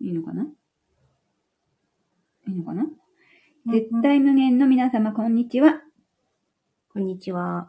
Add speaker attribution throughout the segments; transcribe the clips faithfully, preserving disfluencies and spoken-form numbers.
Speaker 1: いいのかないいのかな、うん、絶対無限の皆様、こんにちは。
Speaker 2: こんにちは。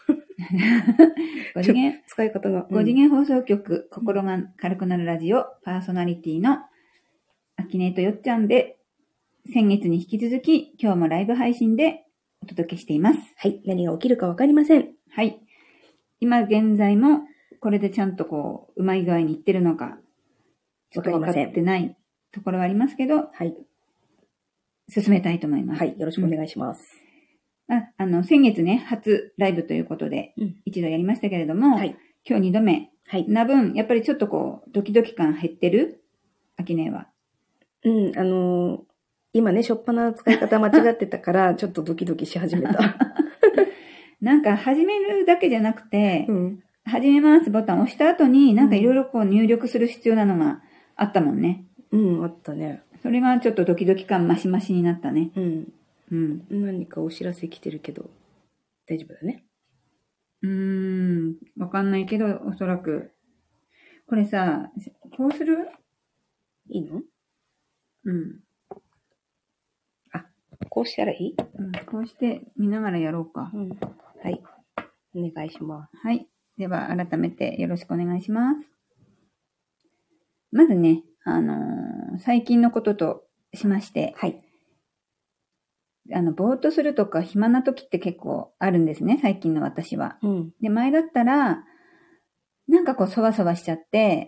Speaker 1: ご次元、
Speaker 2: 使い方が。
Speaker 1: ご次元放送局、うん、心が軽くなるラジオ、パーソナリティのあきねとよっちゃんで、先月に引き続き、今日もライブ配信でお届けしています。
Speaker 2: はい。何が起きるかわかりません。
Speaker 1: はい。今現在も、これでちゃんとこう、うまい具合にいってるのか、ちょっと分かってないところはありますけど、
Speaker 2: はい。
Speaker 1: 進めたいと思います。
Speaker 2: はい。よろしくお願いします。
Speaker 1: うん、あ、あの、先月ね、初ライブということで、うん、一度やりましたけれども、はい、今日二度目。はい。な分、やっぱりちょっとこう、ドキドキ感減ってる？あきねは。
Speaker 2: うん、あのー、今ね、しょっぱな使い方間違ってたから、ちょっとドキドキし始めた。
Speaker 1: なんか、始めるだけじゃなくて、うん、始めますボタンを押した後に、なんかいろいろこう入力する必要なのがあったもんね。
Speaker 2: うん、あったね。
Speaker 1: それがちょっとドキドキ感マシマシになったね。
Speaker 2: うん。うん。何かお知らせ来てるけど、大丈夫だね。
Speaker 1: うーん、わかんないけど、おそらく。これさ、こうする？
Speaker 2: いいの？
Speaker 1: うん。
Speaker 2: あ、こうしたらいい？
Speaker 1: うん、こうして見ながらやろうか。
Speaker 2: うん。はい。お願いします。
Speaker 1: はい。では、改めてよろしくお願いします。まずね、あのー、最近のこととしまして、
Speaker 2: はい。
Speaker 1: あの、ぼーっとするとか暇な時って結構あるんですね、最近の私は。うん、で、前だったら、なんかこう、そわそわしちゃって、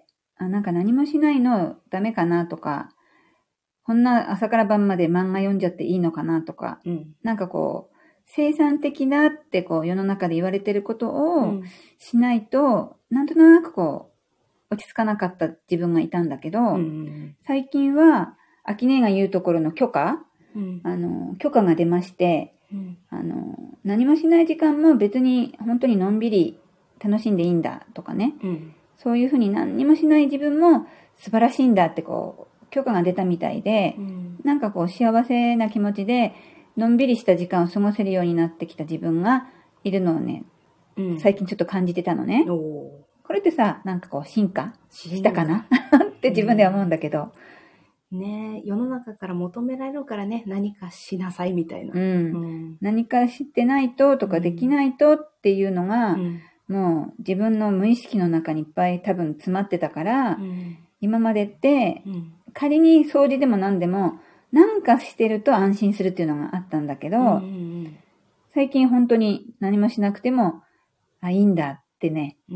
Speaker 1: あ、なんか何もしないのダメかなとか、こんな朝から晩まで漫画読んじゃっていいのかなとか、うん、なんかこう、生産的だってこう、世の中で言われてることをしないと、うん、なんとなくこう、落ち着かなかった自分がいたんだけど、うん、最近は、あきねが言うところの許可、うん、あの、許可が出まして、うん、あの、何もしない時間も別に本当にのんびり楽しんでいいんだとかね、うん、そういうふうに何にもしない自分も素晴らしいんだってこう、許可が出たみたいで、うん、なんかこう幸せな気持ちで、のんびりした時間を過ごせるようになってきた自分がいるのをね、うん、最近ちょっと感じてたのね。これってさ、なんかこう進化したかなって自分では思うんだけど、
Speaker 2: ねえ、世の中から求められるからね、何かしなさいみたいな。うん
Speaker 1: うん、何か知ってないととかできないとっていうのが、うん、もう自分の無意識の中にいっぱい多分詰まってたから、うん、今までって、うん、仮に掃除でも何でも、なんかしてると安心するっていうのがあったんだけど、うんうんうん、最近本当に何もしなくても、あ、いいんだってね、うん、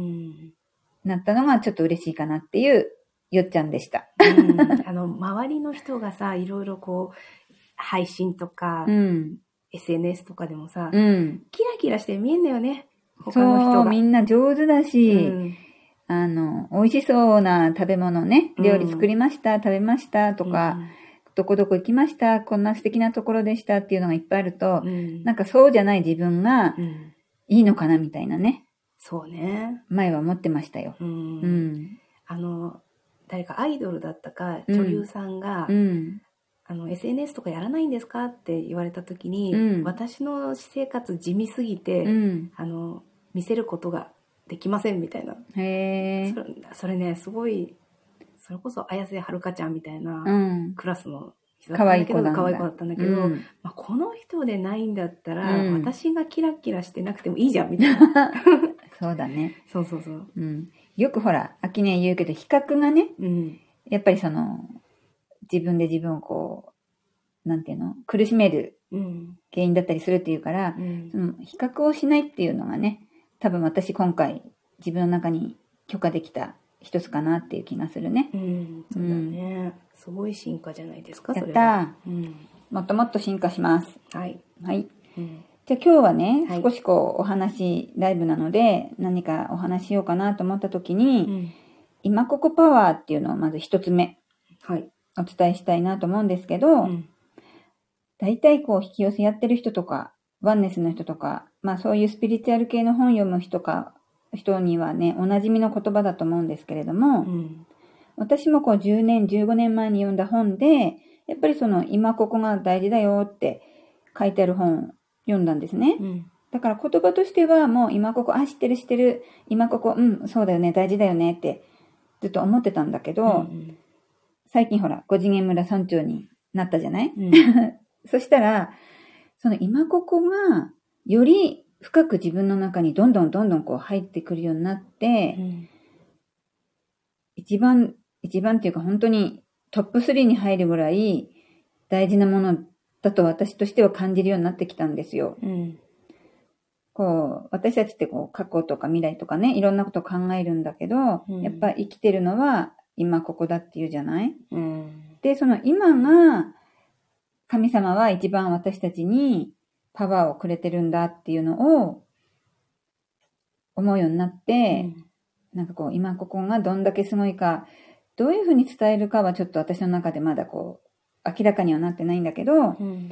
Speaker 1: なったのがちょっと嬉しいかなっていうよっちゃんでした。
Speaker 2: うん、あの、周りの人がさ、いろいろこう、配信とか、うん、エスエヌエス とかでもさ、うん、キラキラして見えんだよね。他の人が。
Speaker 1: そう、みんな上手だし、うん、あの、美味しそうな食べ物ね、料理作りました、うん、食べましたとか、うん、どこどこ行きました、こんな素敵なところでしたっていうのがいっぱいあると、うん、なんかそうじゃない自分がいいのかなみたいなね。
Speaker 2: そうね。
Speaker 1: 前は思ってましたよ。
Speaker 2: うん。うん、あの、誰かアイドルだったか女優さんが、うんうん、あの エスエヌエス とかやらないんですかって言われた時に、うん、私の私生活地味すぎて、うん、あの見せることができませんみたいな。
Speaker 1: へー。
Speaker 2: それ、それねすごい、それこそ綾瀬はるかちゃんみたいなクラスの人だったんだけど、可愛い子だったんだけど、うんまあ、この人でないんだったら、うん、私がキラキラしてなくてもいいじゃんみたいな。
Speaker 1: そうだね。
Speaker 2: そうそうそう。
Speaker 1: うん。よくほら、あきね言うけど、比較がね、うん、やっぱりその、自分で自分をこう、なんていうの、苦しめる原因だったりするっていうから、うん、その比較をしないっていうのがね、多分私今回自分の中に許可できた一つかなっていう気がするね。
Speaker 2: うん、そうだね、うん。すごい進化じゃないですか、それは。
Speaker 1: やったー、うん。もっともっと進化します。
Speaker 2: はい。
Speaker 1: はい。うんじゃあ今日はね、はい、少しこうお話、ライブなので何かお話しようかなと思った時に、うん、今ここパワーっていうのをまず一つ目、はい、お伝えしたいなと思うんですけど、うん、大体こう引き寄せやってる人とか、ワンネスの人とか、まあそういうスピリチュアル系の本読む人か、人にはね、おなじみの言葉だと思うんですけれども、うん、私もこうじゅうねん、じゅうごねんまえに読んだ本で、やっぱりその今ここが大事だよって書いてある本読んだんですね、うん、だから言葉としてはもう今ここ、あ、知ってる知ってる、今ここ、うん、そうだよね、大事だよねってずっと思ってたんだけど、うんうん、 最近ほら、ご次元村村長になったじゃない、
Speaker 2: うん、
Speaker 1: そしたら、その今ここが、より深く自分の中にどんどんどんどんこう入ってくるようになって、うん、一番、一番っていうか本当にトップスリーに入るぐらい大事なものだと私としては感じるようになってきたんですよ。うん、こう、私たちってこう過去とか未来とかね、いろんなことを考えるんだけど、うん、やっぱ生きてるのは今ここだっていうじゃない、うん、で、その今が、神様は一番私たちにパワーをくれてるんだっていうのを思うようになって、うん、なんかこう今ここがどんだけすごいか、どういうふうに伝えるかはちょっと私の中でまだこう明らかにはなってないんだけど、うん、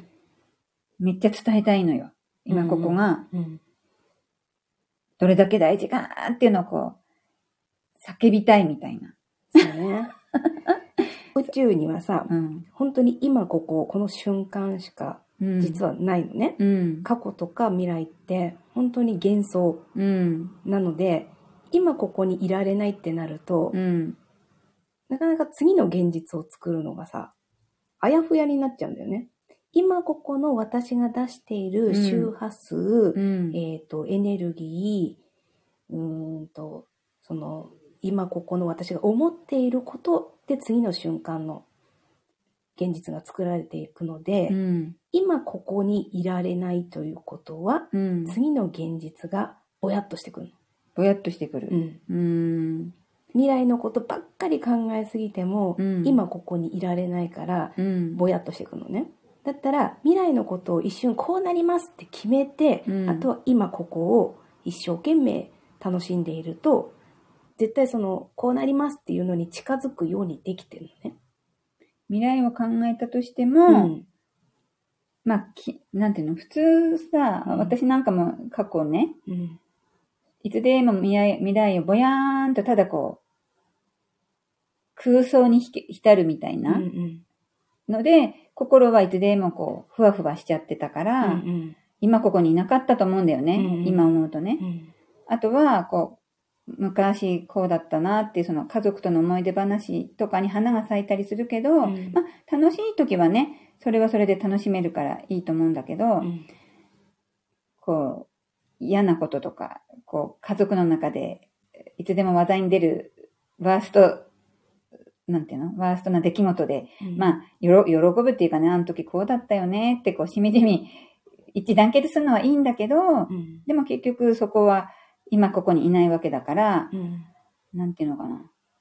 Speaker 1: めっちゃ伝えたいのよ。今ここがどれだけ大事かっていうのをこう叫びたいみたいな。
Speaker 2: そうね。宇宙にはさ、うん、本当に今こここの瞬間しか実はないのね、うん、過去とか未来って本当に幻想なので、うん、今ここにいられないってなると、うん、なかなか次の現実を作るのがさあやふやになっちゃうんだよね。今ここの私が出している周波数、うん、えーと、エネルギー、うーんとその今ここの私が思っていることで次の瞬間の現実が作られていくので、うん、今ここにいられないということは、うん、次の現実がぼやっとしてくるの。
Speaker 1: ぼやっとしてくる。うん、
Speaker 2: うーん未来のことばっかり考えすぎても、うん、今ここにいられないから、うん、ぼやっとしてくるのね。だったら未来のことを一瞬こうなりますって決めて、うん、あとは今ここを一生懸命楽しんでいると、絶対そのこうなりますっていうのに近づくようにできてるのね。
Speaker 1: 未来を考えたとしても、うん、まあきなんていうの、普通さ、うん、私なんかも過去ね、うん、いつでも未来、未来をぼやーんとただこう空想に浸るみたいなので、うんうん、心はいつでもこうふわふわしちゃってたから、うんうん、今ここにいなかったと思うんだよね、うんうん、今思うとね、うん、あとはこう昔こうだったなっていうその家族との思い出話とかに花が咲いたりするけど、うん、まあ楽しい時はねそれはそれで楽しめるからいいと思うんだけど、うん、こう嫌なこととかこう家族の中でいつでも話題に出るワーストなんていうのワーストな出来事で、うん、まあよろ喜ぶっていうかね、あの時こうだったよねってこうしみじみ一致団結するのはいいんだけど、うん、でも結局そこは今ここにいないわけだから、うん、なんていうのかな。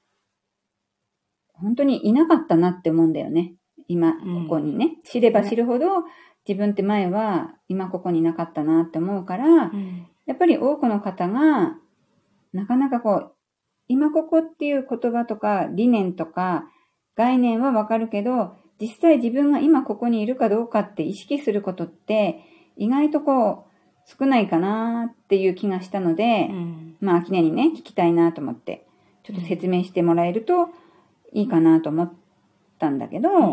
Speaker 1: 本当にいなかったなって思うんだよね。今ここにね。うん、知れば知るほど、ね、自分って前は今ここにいなかったなって思うから、うん、やっぱり多くの方が、なかなかこう、今ここっていう言葉とか理念とか概念はわかるけど、実際自分が今ここにいるかどうかって意識することって意外とこう、少ないかなっていう気がしたので、うん、まあ、秋音にね、聞きたいなと思って、ちょっと説明してもらえるといいかなと思ったんだけど、うん、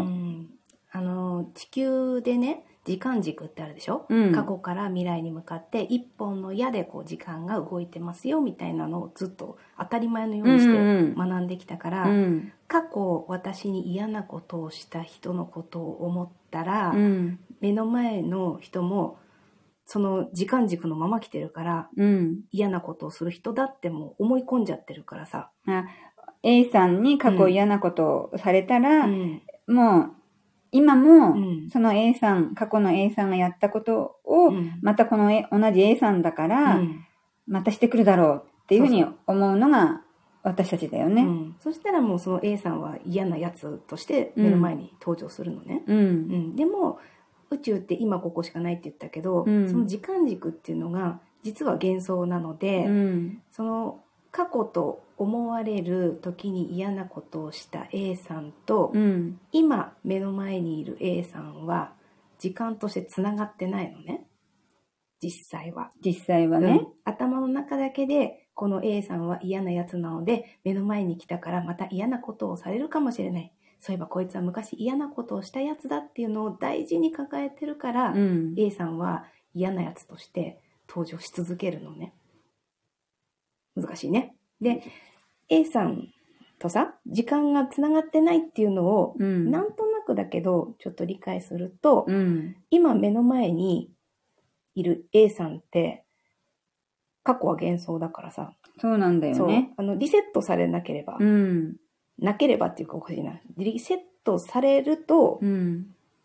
Speaker 2: あの、地球でね、時間軸ってあるでしょ、うん、過去から未来に向かって一本の矢でこう時間が動いてますよみたいなのをずっと当たり前のようにして学んできたから、うんうん、過去私に嫌なことをした人のことを思ったら、うん、目の前の人もその時間軸のまま来てるから、うん、嫌なことをする人だってもう思い込んじゃってるからさ。
Speaker 1: あ、A さんに過去嫌なことをされたら、うん、もう今もその A さん、過去の A さんがやったことを、またこの、A、同じ A さんだから、またしてくるだろうっていうふうに思うのが私たちだよね。
Speaker 2: うん、そしたらもうその A さんは嫌なやつとして目の前に登場するのね。うんうん、でも宇宙って今ここしかないって言ったけど、うん、その時間軸っていうのが実は幻想なので、うん、その過去と思われる時に嫌なことをした A さんと、うん、今目の前にいる A さんは時間としてつながってないのね、実際は。
Speaker 1: 実際はね、うん、
Speaker 2: 頭の中だけでこの A さんは嫌なやつなので目の前に来たからまた嫌なことをされるかもしれない、そういえばこいつは昔嫌なことをしたやつだっていうのを大事に抱えてるから、うん、A さんは嫌なやつとして登場し続けるのね。難しいね。で、A さんとさ、時間がつながってないっていうのを、
Speaker 1: うん、
Speaker 2: なんとなくだけど、ちょっと理解すると、
Speaker 1: うん、
Speaker 2: 今目の前にいる A さんって、過去は幻想だからさ。
Speaker 1: そうなんだよね。
Speaker 2: そう。あの、リセットされなければ、
Speaker 1: うん、
Speaker 2: なければっていうかおかしいな。リセットされると、
Speaker 1: うん、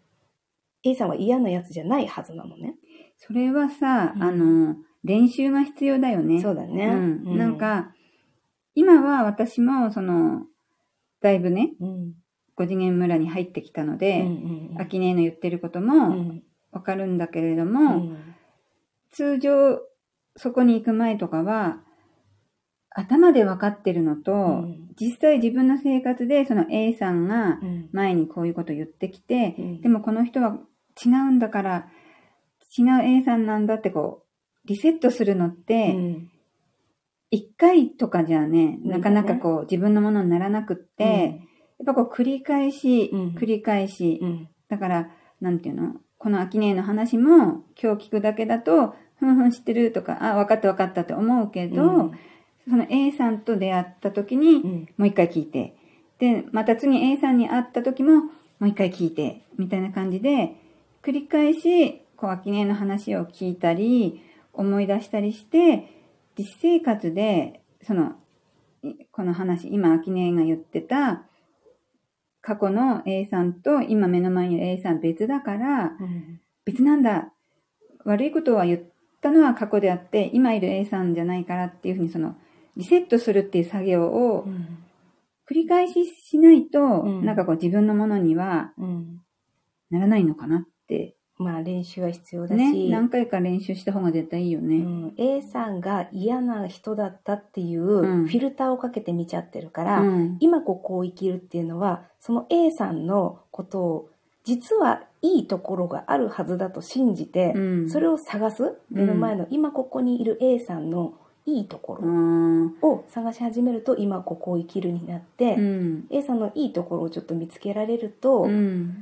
Speaker 2: A さんは嫌なやつじゃないはずなのね。
Speaker 1: それはさ、
Speaker 2: うん、
Speaker 1: あの、練習が必要だよね。
Speaker 2: そうだね。
Speaker 1: うん。なんか、今は私も、その、だいぶね、うん、ご次元村に入ってきたので、アキネの言ってることもわかるんだけれども、うん、通常、そこに行く前とかは、頭で分かってるのと、うん、実際自分の生活でその A さんが前にこういうこと言ってきて、うん、でもこの人は違うんだから、違う A さんなんだってこう、リセットするのって、うん一回とかじゃね、なかなかこう自分のものにならなくって、うん、やっぱこう繰り返し、繰り返し、うん、だから、なんていうのこのアキネの話も今日聞くだけだと、ふんふん知ってるとか、あ、分かった分かったって思うけど、うん、その A さんと出会った時に、もう一回聞いて、で、また次 A さんに会った時も、もう一回聞いて、みたいな感じで、繰り返し、こうアキネの話を聞いたり、思い出したりして、実生活で、その、この話、今、アキネが言ってた、過去の A さんと今目の前にいる A さん別だから、うん、別なんだ。悪いことは言ったのは過去であって、今いる A さんじゃないからっていうふうに、その、リセットするっていう作業を、繰り返ししないと、うん、なんかこう自分のものには、ならないのかなって。
Speaker 2: まあ練習は必要だし、
Speaker 1: ね、何回か練習した方が絶対いいよね、うん、
Speaker 2: A さんが嫌な人だったっていうフィルターをかけて見ちゃってるから、うん、今ここを生きるっていうのはその A さんのことを実はいいところがあるはずだと信じて、うん、それを探す目の前の今ここにいる A さんのいいところを探し始めると今ここを生きるになって、うん、A さんのいいところをちょっと見つけられると、うん、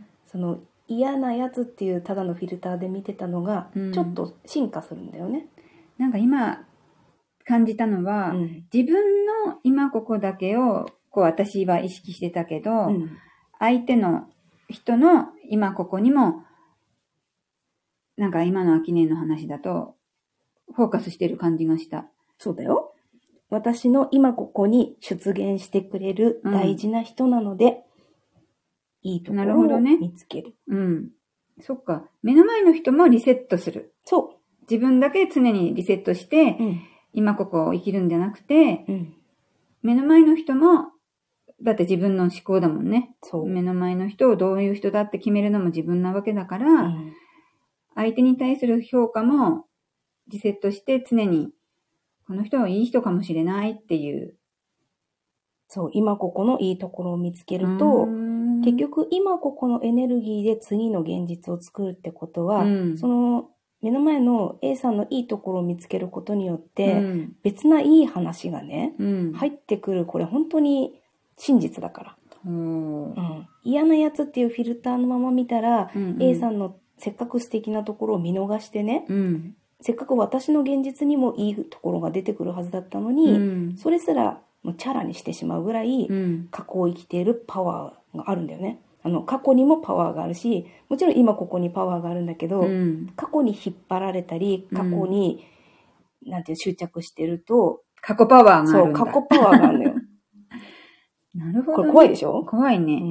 Speaker 2: その嫌なやつっていうただのフィルターで見てたのがちょっと進化するんだよね、
Speaker 1: うん、なんか今感じたのは、うん、自分の今ここだけをこう私は意識してたけど、うん、相手の人の今ここにもなんか今のアキネの話だとフォーカスしてる感じがした。
Speaker 2: そうだよ。私の今ここに出現してくれる大事な人なので、うんいいところを見つける。
Speaker 1: うん。そっか。目の前の人もリセットする。
Speaker 2: そう。
Speaker 1: 自分だけ常にリセットして、うん、今ここを生きるんじゃなくて、うん、目の前の人も、だって自分の思考だもんね。そう。目の前の人をどういう人だって決めるのも自分なわけだから、うん、相手に対する評価もリセットして常に、この人はいい人かもしれないっていう。
Speaker 2: そう。今ここのいいところを見つけると、結局今ここのエネルギーで次の現実を作るってことは、うん、その目の前の A さんのいいところを見つけることによって、うん、別ないい話がね、うん、入ってくる。これ本当に真実だから、うんうん、嫌なやつっていうフィルターのまま見たら、うんうん、A さんのせっかく素敵なところを見逃してね、うん、せっかく私の現実にもいいところが出てくるはずだったのに、うん、それすらもうチャラにしてしまうぐらい、うん、過去を生きているパワーがあるんだよね。あの過去にもパワーがあるし、もちろん今ここにパワーがあるんだけど、うん、過去に引っ張られたり、過去に、うん、なんていう執着してると、
Speaker 1: 過去パワーがあるんだ。
Speaker 2: そう、過去パワーがあるのよ。
Speaker 1: なるほど、ね。
Speaker 2: これ怖いでしょ？
Speaker 1: 怖いね。うん、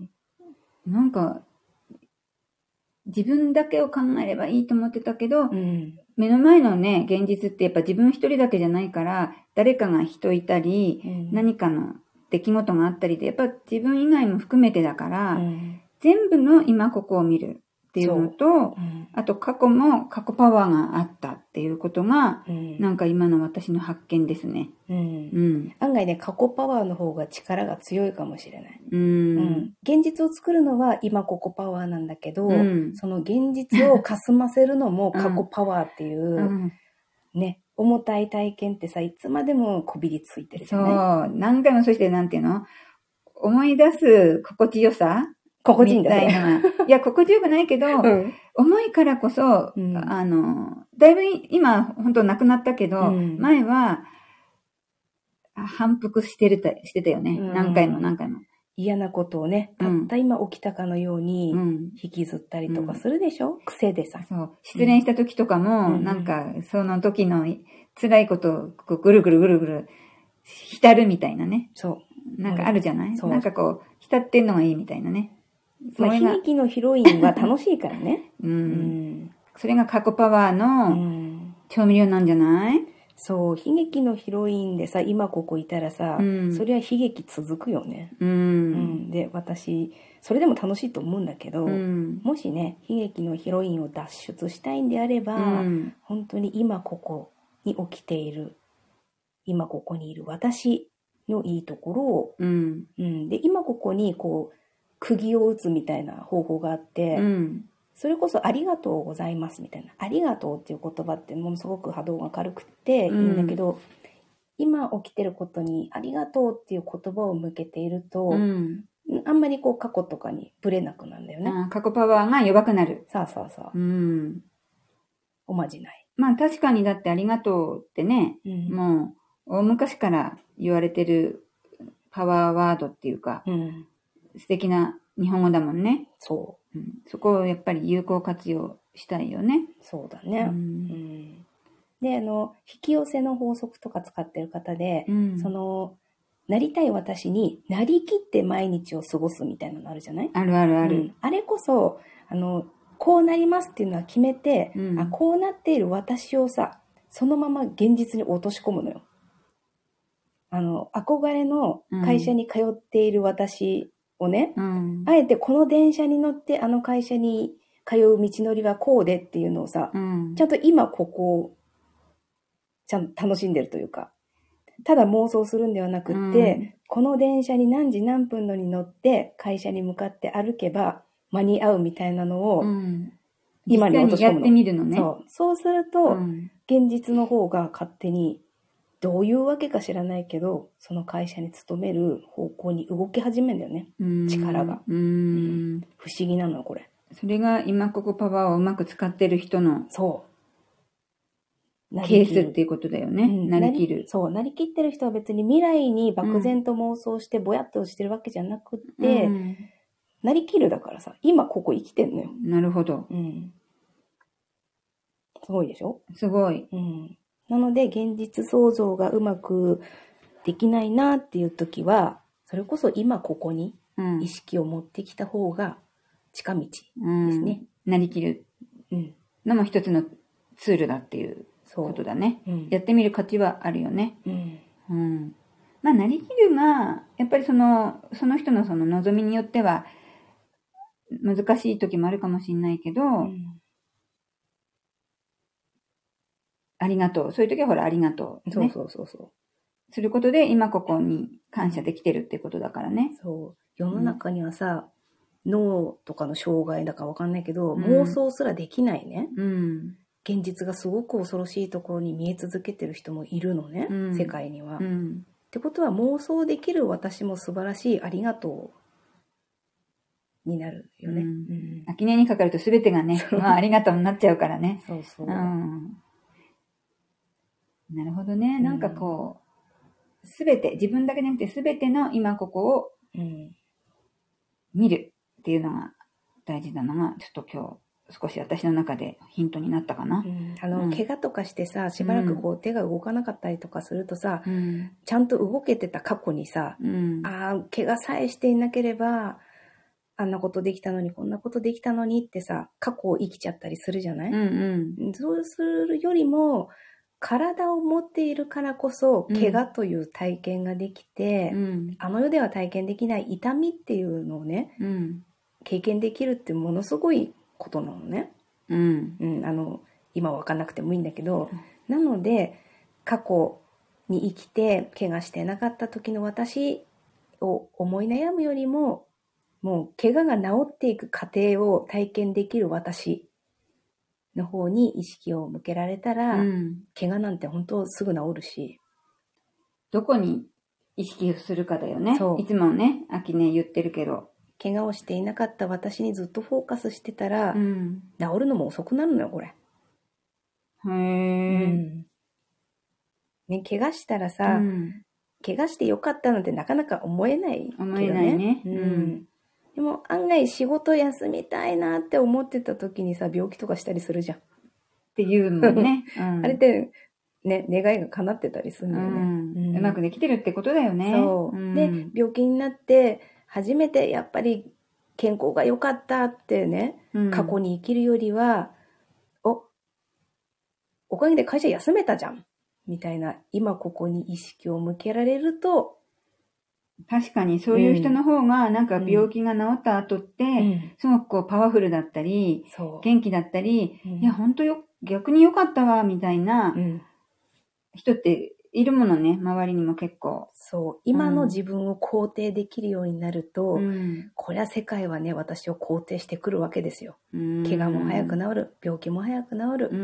Speaker 1: なんか自分だけを考えればいいと思ってたけど、うん、目の前のね現実ってやっぱ自分一人だけじゃないから、誰かが人いたり、うん、何かの出来事があったりで、やっぱ自分以外も含めてだから、うん、全部の今ここを見るっていうのと、うん、あと過去も過去パワーがあったっていうことが、うん、なんか今の私の発見ですね。
Speaker 2: うんうん、案外ね、過去パワーの方が力が強いかもしれない。うんうん、現実を作るのは今ここパワーなんだけど、うん、その現実をかすませるのも過去パワーっていう、うん、ね。重たい体験ってさ、いつまでもこびりついてるじゃない？
Speaker 1: そう。何回もそしてなんていうの？思い出す心地よさ
Speaker 2: 心地いいんだ
Speaker 1: よね。いや、心地よくないけど、うん、重いからこそ、うん、あの、だいぶ今、本当亡くなったけど、うん、前は、 反復してるた、してたよね。うん、何回も何回も。
Speaker 2: 嫌なことをね、たった今起きたかのように引きずったりとかするでしょ、うん、癖でさ。
Speaker 1: そう。失恋した時とかも、うん、なんか、その時の辛いことをこうぐるぐるぐるぐる浸るみたいなね。
Speaker 2: そう。
Speaker 1: なんかあるじゃない？そう。なんかこう、浸ってんのがいいみたいなね。
Speaker 2: まあ、悲劇のヒロインは楽しいからね。
Speaker 1: うん、うん。それが過去パワーの調味料なんじゃない？
Speaker 2: そう、悲劇のヒロインでさ、今ここいたらさ、うん、それは悲劇続くよね。
Speaker 1: うん。うん、
Speaker 2: で、私、それでも楽しいと思うんだけど、うん、もしね、悲劇のヒロインを脱出したいんであれば、うん、本当に今ここに起きている、今ここにいる私のいいところを、
Speaker 1: うん
Speaker 2: うん、で、今ここにこう、釘を打つみたいな方法があって、
Speaker 1: うん
Speaker 2: それこそありがとうございますみたいな。ありがとうっていう言葉ってものすごく波動が軽くていいんだけど、うん、今起きてることにありがとうっていう言葉を向けていると、うん、あんまりこう過去とかにブレなくなるんだよね。
Speaker 1: あ、過去パワーが弱くなる。
Speaker 2: そうそうそう。
Speaker 1: うん。
Speaker 2: おまじない。
Speaker 1: まあ確かにだってありがとうってね、うん、もう大昔から言われてるパワーワードっていうか、
Speaker 2: うん、
Speaker 1: 素敵な日本語だもんね。
Speaker 2: そう。
Speaker 1: うん、そこをやっぱり有効活用したいよね。
Speaker 2: そうだね。
Speaker 1: うん
Speaker 2: うん、で、あの、引き寄せの法則とか使ってる方で、
Speaker 1: うん、
Speaker 2: その、なりたい私になりきって毎日を過ごすみたいなのあるじゃない？
Speaker 1: あるあるある。
Speaker 2: うん、あれこそ、あの、こうなりますっていうのは決めて、
Speaker 1: うん、
Speaker 2: あ、こうなっている私をさ、そのまま現実に落とし込むのよ。あの、憧れの会社に通っている私をね、
Speaker 1: うん、
Speaker 2: あえてこの電車に乗ってあの会社に通う道のりはこうでっていうのをさ、
Speaker 1: うん、
Speaker 2: ちゃんと今ここをちゃんと楽しんでるというか、ただ妄想するんではなくって、うん、この電車に何時何分のに乗って会社に向かって歩けば間に合うみたいなのを、
Speaker 1: うん、
Speaker 2: 今に落とし込むの。
Speaker 1: やってみるのね。
Speaker 2: そう。そうすると、うん、現実の方が勝手にどういうわけか知らないけど、その会社に勤める方向に動き始めるんだよね。力が、
Speaker 1: うんうん。
Speaker 2: 不思議なのよ、これ。
Speaker 1: それが今ここパワーをうまく使ってる人の。
Speaker 2: そう。
Speaker 1: ケースっていうことだよね。うん、なりきる。
Speaker 2: そう。なりきってる人は別に未来に漠然と妄想してぼやっとしてるわけじゃなくって、うん、なりきるだからさ、今ここ生きてんのよ。
Speaker 1: なるほど。
Speaker 2: うん。すごいでしょ？
Speaker 1: すごい。
Speaker 2: うん。なので、現実創造がうまくできないなっていう時は、それこそ今ここに意識を持ってきた方が近道ですね。
Speaker 1: うん、なりきるのも一つのツールだっていうことだね。
Speaker 2: うん、
Speaker 1: やってみる価値はあるよね。
Speaker 2: うん
Speaker 1: うん、まあ、なりきるが、やっぱりその、その人のその望みによっては難しい時もあるかもしれないけど、うんありがとう。そういう時はほら、ありがとう、
Speaker 2: ね。そうそうそうそう。
Speaker 1: することで、今ここに感謝できてるってことだからね。
Speaker 2: そう。世の中にはさ、うん、脳とかの障害だかわかんないけど、うん、妄想すらできないね。
Speaker 1: うん。
Speaker 2: 現実がすごく恐ろしいところに見え続けてる人もいるのね。うん、世界には、
Speaker 1: うん。
Speaker 2: ってことは、妄想できる私も素晴らしい、ありがとう。になるよね。うん。
Speaker 1: 秋音にかかると全てがね、まあ、ありがとうになっちゃうからね。
Speaker 2: そうそう。
Speaker 1: うんなるほどね。なんかこう、すべて、自分だけじゃなくてすべての今ここを見るっていうのが大事なのが、ちょっと今日少し私の中でヒントになったかな。
Speaker 2: うん、あの、うん、怪我とかしてさ、しばらくこう手が動かなかったりとかするとさ、
Speaker 1: うん、
Speaker 2: ちゃんと動けてた過去にさ、
Speaker 1: うん、
Speaker 2: ああ、怪我さえしていなければ、あんなことできたのに、こんなことできたのにってさ、過去を生きちゃったりするじゃない？
Speaker 1: うんうん、
Speaker 2: そうするよりも、体を持っているからこそ、怪我という体験ができて、
Speaker 1: うん、
Speaker 2: あの世では体験できない痛みっていうのをね、
Speaker 1: うん、
Speaker 2: 経験できるってものすごいことなのね。
Speaker 1: うん
Speaker 2: うん、あの今は分かんなくてもいいんだけど、うん、なので過去に生きて怪我してなかった時の私を思い悩むよりも、もう怪我が治っていく過程を体験できる私の方に意識を向けられたら、
Speaker 1: うん、
Speaker 2: 怪我なんて本当すぐ治るし、
Speaker 1: どこに意識をするかだよね。いつもね、秋ね言ってるけど、
Speaker 2: 怪我をしていなかった私にずっとフォーカスしてたら、
Speaker 1: うん、
Speaker 2: 治るのも遅くなるのよ、これ。
Speaker 1: へー、
Speaker 2: うんね、怪我したらさ、
Speaker 1: うん、
Speaker 2: 怪我してよかったなんてなかなか思えないけどね。
Speaker 1: 思えないね。
Speaker 2: うん。でも案外仕事休みたいなって思ってた時にさ、病気とかしたりするじゃん。
Speaker 1: っていうもんね。
Speaker 2: うん、あれってね、願いが叶ってたりするんだよね、
Speaker 1: うんうん。うまくできてるってことだよね。
Speaker 2: そう。うん、で、病気になって初めてやっぱり健康が良かったってね、うん、過去に生きるよりは、お、おかげで会社休めたじゃん。みたいな、今ここに意識を向けられると、
Speaker 1: 確かにそういう人の方がなんか病気が治った後って、うん、すごくこうパワフルだったり、元気だったり、うん、いや本当よ、逆に良かったわ、みたいな人っているものね、周りにも結構。
Speaker 2: そう。今の自分を肯定できるようになると、うん、こりゃ世界はね、私を肯定してくるわけですよ。うん、怪我も早く治る、病気も早く治る。うん、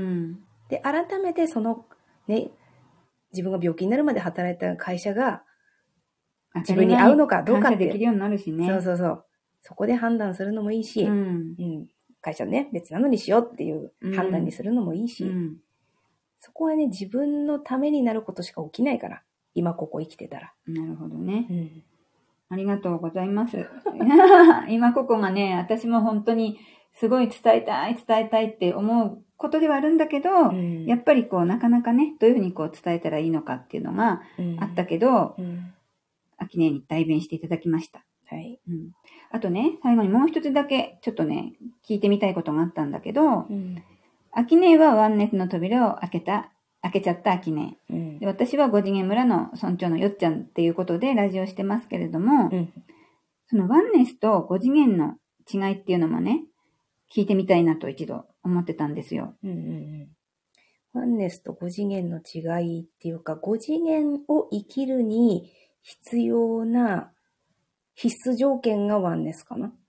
Speaker 2: で、改めてその、ね、自分が病気になるまで働いた会社が、自分に合うのかどうかって。
Speaker 1: できるようになるしね。
Speaker 2: そうそうそう。そこで判断するのもいいし、うんうん、会社ね、別なのにしようっていう判断にするのもいいし、うん、そこはね、自分のためになることしか起きないから、今ここ生きてたら。
Speaker 1: なるほどね。うん、ありがとうございます。今ここがね、私も本当にすごい伝えたい、伝えたいって思うことではあるんだけど、うん、やっぱりこう、なかなかね、どういうふうにこう伝えたらいいのかっていうのがあったけど、うんうんあきねに代弁していただきました。はい。うん。あとね、最後にもう一つだけ、ちょっとね、聞いてみたいことがあったんだけど、うん、あきねはワンネスの扉を開けた、開けちゃったあきね、うん、で。私は五次元村の村長のよっちゃんっていうことでラジオしてますけれども、うん、そのワンネスと五次元の違いっていうのもね、聞いてみたいなと一度思ってたんですよ。うんうんうん
Speaker 2: ワンネスと五次元の違いっていうか、五次元を生きるに必要な必須条件がワンネスかな。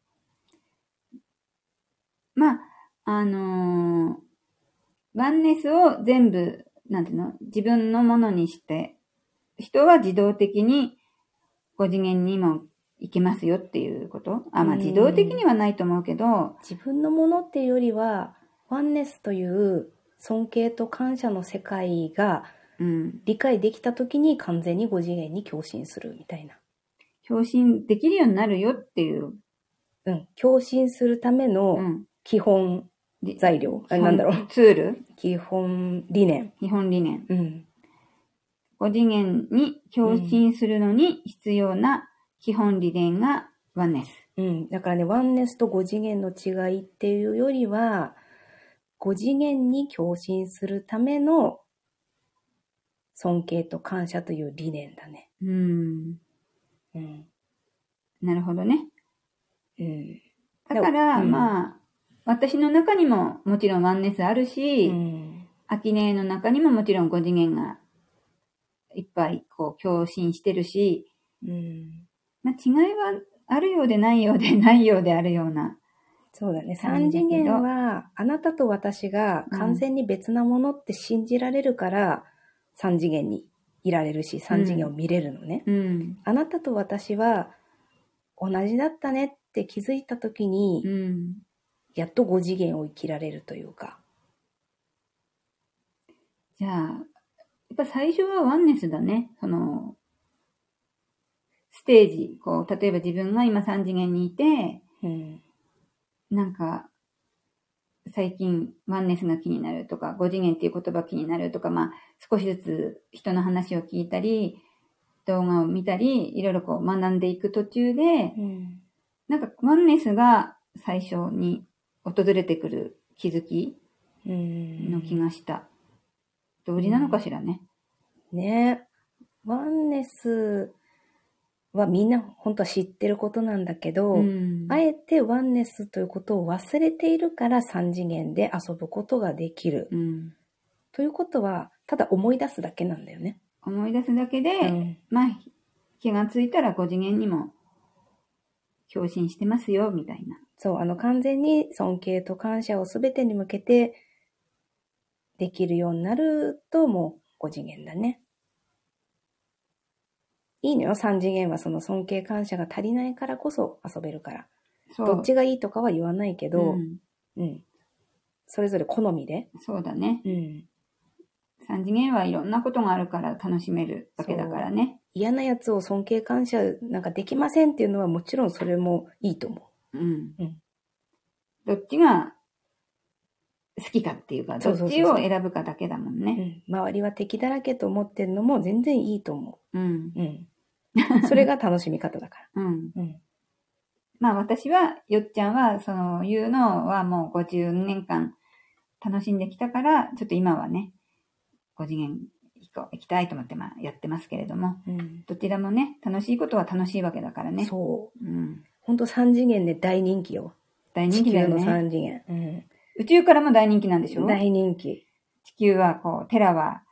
Speaker 1: まあ、あのー、ワンネスを全部、なんていうの、自分のものにして、人は自動的に五次元にも行けますよっていうことあ、まあ自動的にはないと思うけど。
Speaker 2: 自分のものっていうよりは、ワンネスという尊敬と感謝の世界が理解できたときに完全に五次元に共振するみたいな。
Speaker 1: 共振できるようになるよっていう。
Speaker 2: うん。共振するための基本材料。うん、なんだろう。
Speaker 1: ツール
Speaker 2: 基本理念。
Speaker 1: 基本理念。うん。五次元に共振するのに必要な基本理念がワンネス。
Speaker 2: うん。だからね、ワンネスと五次元の違いっていうよりは、五次元に共振するための尊敬と感謝という理念だね。うん。
Speaker 1: うん。なるほどね。うん。だから、うん、まあ、私の中にももちろんワンネスあるし、うん、アキネの中にももちろん五次元がいっぱいこう共振してるし、うん、まあ、違いはあるようでないようでないようであるような。
Speaker 2: そうだね。三次元はあなたと私が完全に別なものって信じられるから、三次元にいられるし、三次元を見れるのね。うんうん、あなたと私は同じだったねって気づいたときに、うん、やっと五次元を生きられるというか。
Speaker 1: じゃあ、やっぱ最初はワンネスだね。その、ステージ、こう、例えば自分が今三次元にいて、うん、なんか、最近ワンネスが気になるとか、五次元っていう言葉気になるとか、まあ、少しずつ人の話を聞いたり、動画を見たり、いろいろこう学んでいく途中で、うん、なんかワンネスが最初に訪れてくる気づきの気がした。同時なのかしらね。
Speaker 2: うん、ねワンネスはみんな本当は知ってることなんだけど、うん、あえてワンネスということを忘れているから三次元で遊ぶことができる。うん、ということは、ただ思い出すだけなんだよね。
Speaker 1: 思い出すだけで、うん、まあ、気がついたら五次元にも共振してますよ、みたいな。
Speaker 2: そう、あの完全に尊敬と感謝をすべてに向けてできるようになるともう五次元だね。いいのよ、三次元はその尊敬感謝が足りないからこそ遊べるから。どっちがいいとかは言わないけど、うん。うん、それぞれ好みで。
Speaker 1: そうだね。うん。三次元はいろんなことがあるから楽しめるわけだからね。
Speaker 2: 嫌なやつを尊敬感謝なんかできませんっていうのはもちろんそれもいいと思う。うん。
Speaker 1: うん。どっちが好きかっていうか、どっちを選ぶかだけだもんね。
Speaker 2: うん。周りは敵だらけと思ってるのも全然いいと思う。うん。うん。それが楽しみ方だから。うん。
Speaker 1: うん。まあ私は、よっちゃんは、その、言うのはもうごじゅうねんかん楽しんできたから、ちょっと今はね、ご次元行きたいと思ってまあやってますけれども、うん、どちらもね、楽しいことは楽しいわけだからね。
Speaker 2: そう。うん。ほんとさん次元で大人気よ。大人気だよね。地球のさん次元。うん。
Speaker 1: 宇宙からも大人気なんでしょ？
Speaker 2: 大人気。
Speaker 1: 地球はこう、テラは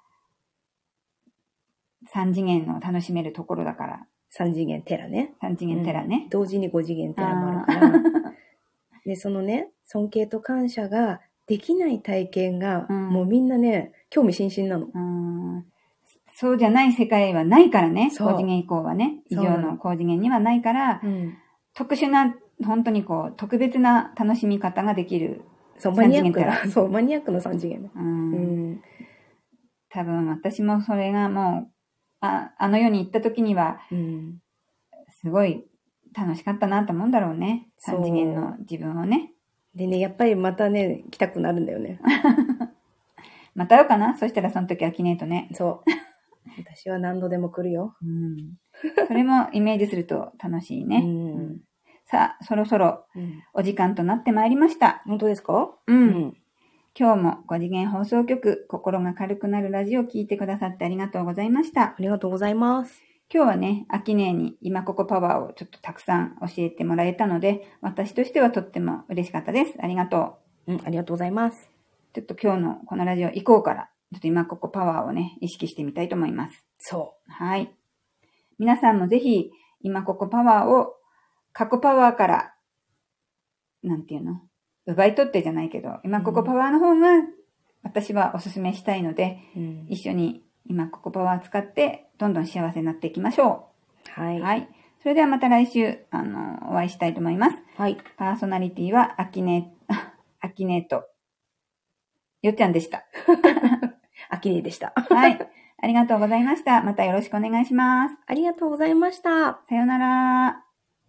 Speaker 1: さん次元の楽しめるところだから。
Speaker 2: さん次元テラね。
Speaker 1: さん次元テラね。
Speaker 2: うん、同時にご次元テラもあるから。で、そのね、尊敬と感謝ができない体験が、うん、もうみんなね、興味津々なの。
Speaker 1: うん、そうじゃない世界はないからね。ご次元以降はね。以上の高次元にはないから、うん、特殊な、本当にこう、特別な楽しみ方ができる。
Speaker 2: そう、マニアックな、そう、マニアックなさん次元だ。うん。うん、
Speaker 1: 多分私もそれがもう、あ、あの世に行った時には、うん、すごい楽しかったなと思うんだろうね。さん次元の自分をね。
Speaker 2: でね、やっぱりまたね、来たくなるんだよね。
Speaker 1: また会うかな？そしたらその時はキネートね。
Speaker 2: そう。私は何度でも来るよ。
Speaker 1: うん、それもイメージすると楽しいね。うんうん、さあ、そろそろお時間となってまいりました。
Speaker 2: 本当ですか？
Speaker 1: うん。うん、今日もご次元放送局、心が軽くなるラジオを聞いてくださってありがとうございました。
Speaker 2: ありがとうございます。
Speaker 1: 今日はね、アキネーに今ここパワーをちょっとたくさん教えてもらえたので、私としてはとっても嬉しかったです。ありがと
Speaker 2: う。うん、ありがとうございます。
Speaker 1: ちょっと今日のこのラジオ以降から、ちょっと今ここパワーをね、意識してみたいと思います。
Speaker 2: そう。
Speaker 1: はい。皆さんもぜひ、今ここパワーを過去パワーから、なんていうの？奪い取ってじゃないけど、今ここパワーの方が私はおすすめしたいので、うん、一緒に今ここパワー使ってどんどん幸せになっていきましょ
Speaker 2: う。はい。
Speaker 1: はい。それではまた来週、あの、お会いしたいと思います。
Speaker 2: はい。
Speaker 1: パーソナリティはアキネ、アキネート、よっちゃんでした。
Speaker 2: アキネでした。
Speaker 1: はい。ありがとうございました。またよろしくお願いします。
Speaker 2: ありがとうございました。
Speaker 1: さようなら。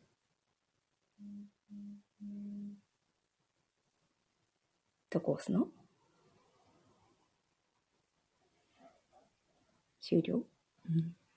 Speaker 2: どこ押すの？終了？うん。